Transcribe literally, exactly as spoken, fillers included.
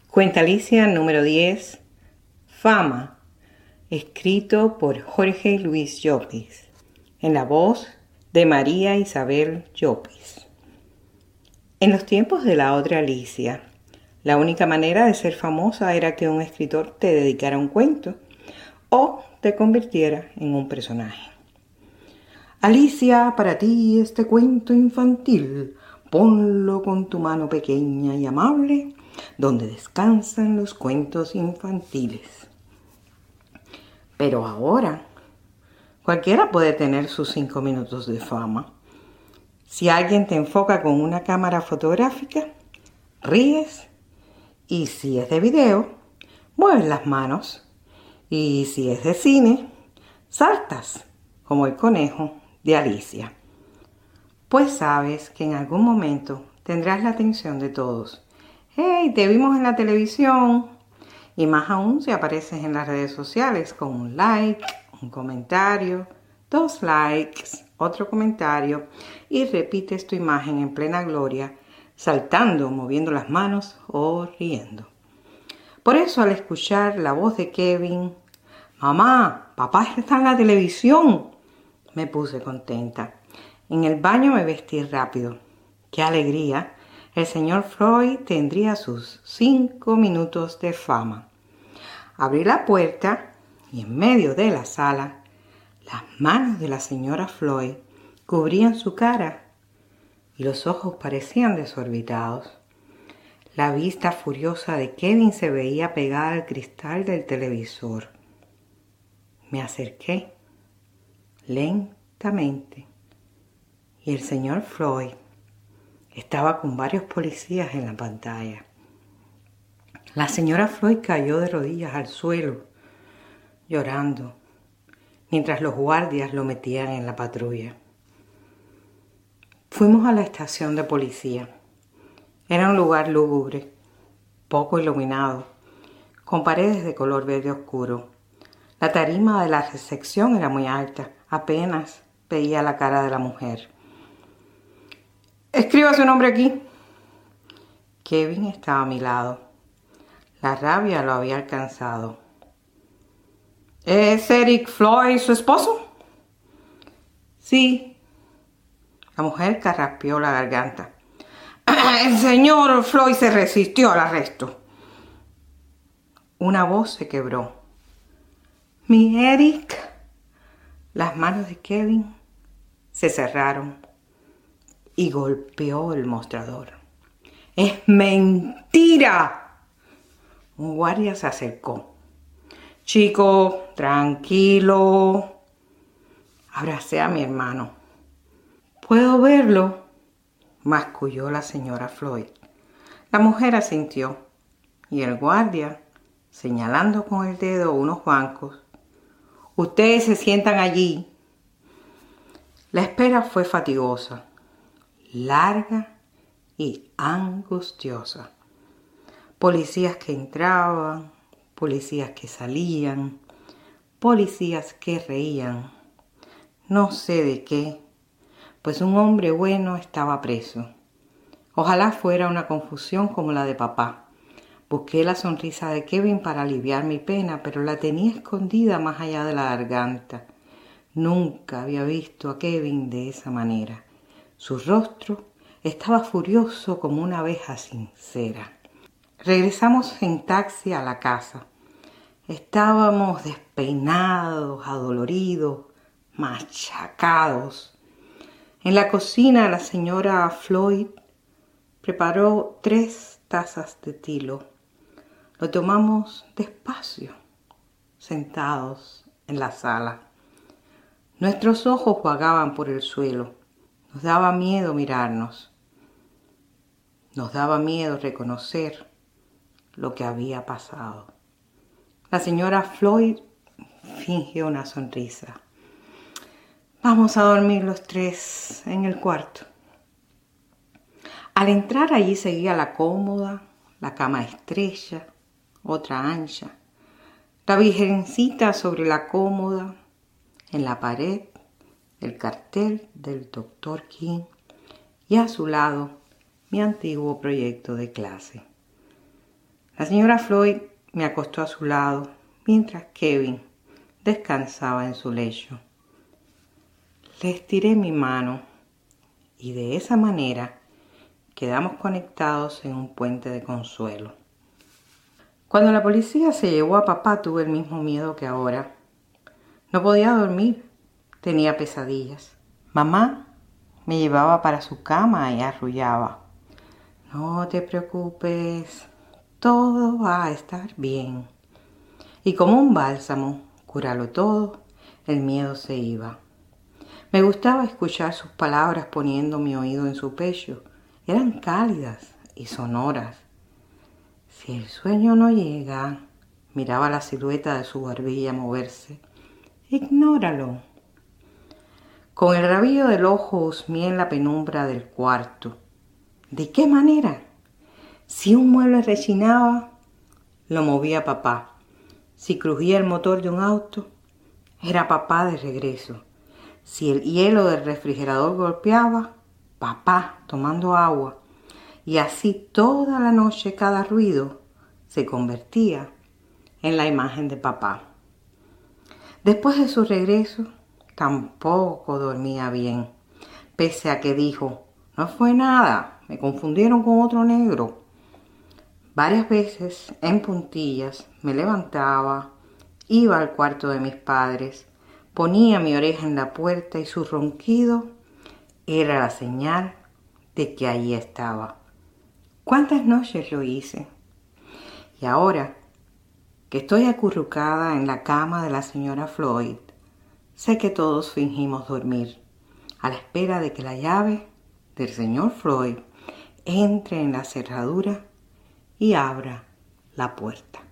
Cuentalicia número diez, Fama, escrito por Jorge Luis Llopis, en la voz de María Isabel Llopis. En los tiempos de la otra Alicia, la única manera de ser famosa era que un escritor te dedicara un cuento o te convirtiera en un personaje. Alicia, para ti este cuento infantil, ponlo con tu mano pequeña y amable, donde descansan los cuentos infantiles. Pero ahora, cualquiera puede tener sus cinco minutos de fama. Si alguien te enfoca con una cámara fotográfica, ríes, y si es de video, mueves las manos, y si es de cine, saltas, como el conejo de Alicia. Pues sabes que en algún momento tendrás la atención de todos. ¡Hey, te vimos en la televisión! Y más aún si apareces en las redes sociales con un like, un comentario, dos likes, otro comentario y repites tu imagen en plena gloria, saltando, moviendo las manos o riendo. Por eso al escuchar la voz de Kevin, «Mamá, papá está en la televisión», me puse contenta. En el baño me vestí rápido. ¡Qué alegría! El señor Floyd tendría sus cinco minutos de fama. Abrí la puerta y en medio de la sala, las manos de la señora Floyd cubrían su cara y los ojos parecían desorbitados. La vista furiosa de Kevin se veía pegada al cristal del televisor. Me acerqué lentamente y el señor Floyd estaba con varios policías en la pantalla. La señora Floyd cayó de rodillas al suelo, llorando, mientras los guardias lo metían en la patrulla. Fuimos a la estación de policía. Era un lugar lúgubre, poco iluminado, con paredes de color verde oscuro. La tarima de la recepción era muy alta, apenas veía la cara de la mujer. «Escriba su nombre aquí». Kevin estaba a mi lado. La rabia lo había alcanzado. «¿Es Eric Floyd su esposo?» «Sí». La mujer carraspeó la garganta. «El señor Floyd se resistió al arresto». Una voz se quebró. «¿Mi Eric?» Las manos de Kevin se cerraron y golpeó el mostrador. «¡Es mentira!» Un guardia se acercó. «Chico, tranquilo». Abracé a mi hermano. «¿Puedo verlo?», masculló la señora Floyd. La mujer asintió y el guardia, señalando con el dedo unos bancos, «Ustedes se sientan allí». La espera fue fatigosa, larga y angustiosa. Policías que entraban, policías que salían, policías que reían. No sé de qué, pues un hombre bueno estaba preso. Ojalá fuera una confusión como la de papá. Busqué la sonrisa de Kevin para aliviar mi pena, pero la tenía escondida más allá de la garganta. Nunca había visto a Kevin de esa manera. Su rostro estaba furioso como una abeja sincera. Regresamos en taxi a la casa. Estábamos despeinados, adoloridos, machacados. En la cocina la señora Floyd preparó tres tazas de tilo. Lo tomamos despacio, sentados en la sala. Nuestros ojos vagaban por el suelo. Nos daba miedo mirarnos. Nos daba miedo reconocer lo que había pasado. La señora Floyd fingió una sonrisa. «Vamos a dormir los tres en el cuarto». Al entrar allí seguía la cómoda, la cama estrecha, otra ancha, la virgencita sobre la cómoda, en la pared el cartel del doctor King y a su lado mi antiguo proyecto de clase. La señora Floyd me acostó a su lado mientras Kevin descansaba en su lecho. Le estiré mi mano y de esa manera quedamos conectados en un puente de consuelo. Cuando la policía se llevó a papá tuve el mismo miedo que ahora. No podía dormir, tenía pesadillas. Mamá me llevaba para su cama y arrullaba. No te preocupes, todo va a estar bien. Y como un bálsamo, curarlo todo, el miedo se iba. Me gustaba escuchar sus palabras poniendo mi oído en su pecho. Eran cálidas y sonoras. Si el sueño no llega, miraba la silueta de su barbilla moverse. Ignóralo. Con el rabillo del ojo husmeé en la penumbra del cuarto. ¿De qué manera? Si un mueble rechinaba, lo movía papá. Si crujía el motor de un auto, era papá de regreso. Si el hielo del refrigerador golpeaba, papá tomando agua. Y así toda la noche cada ruido se convertía en la imagen de papá. Después de su regreso, tampoco dormía bien, pese a que dijo, no fue nada, me confundieron con otro negro. Varias veces, en puntillas, me levantaba, iba al cuarto de mis padres, ponía mi oreja en la puerta y su ronquido era la señal de que allí estaba. ¿Cuántas noches lo hice? Y ahora que estoy acurrucada en la cama de la señora Floyd, sé que todos fingimos dormir, a la espera de que la llave del señor Floyd entre en la cerradura y abra la puerta.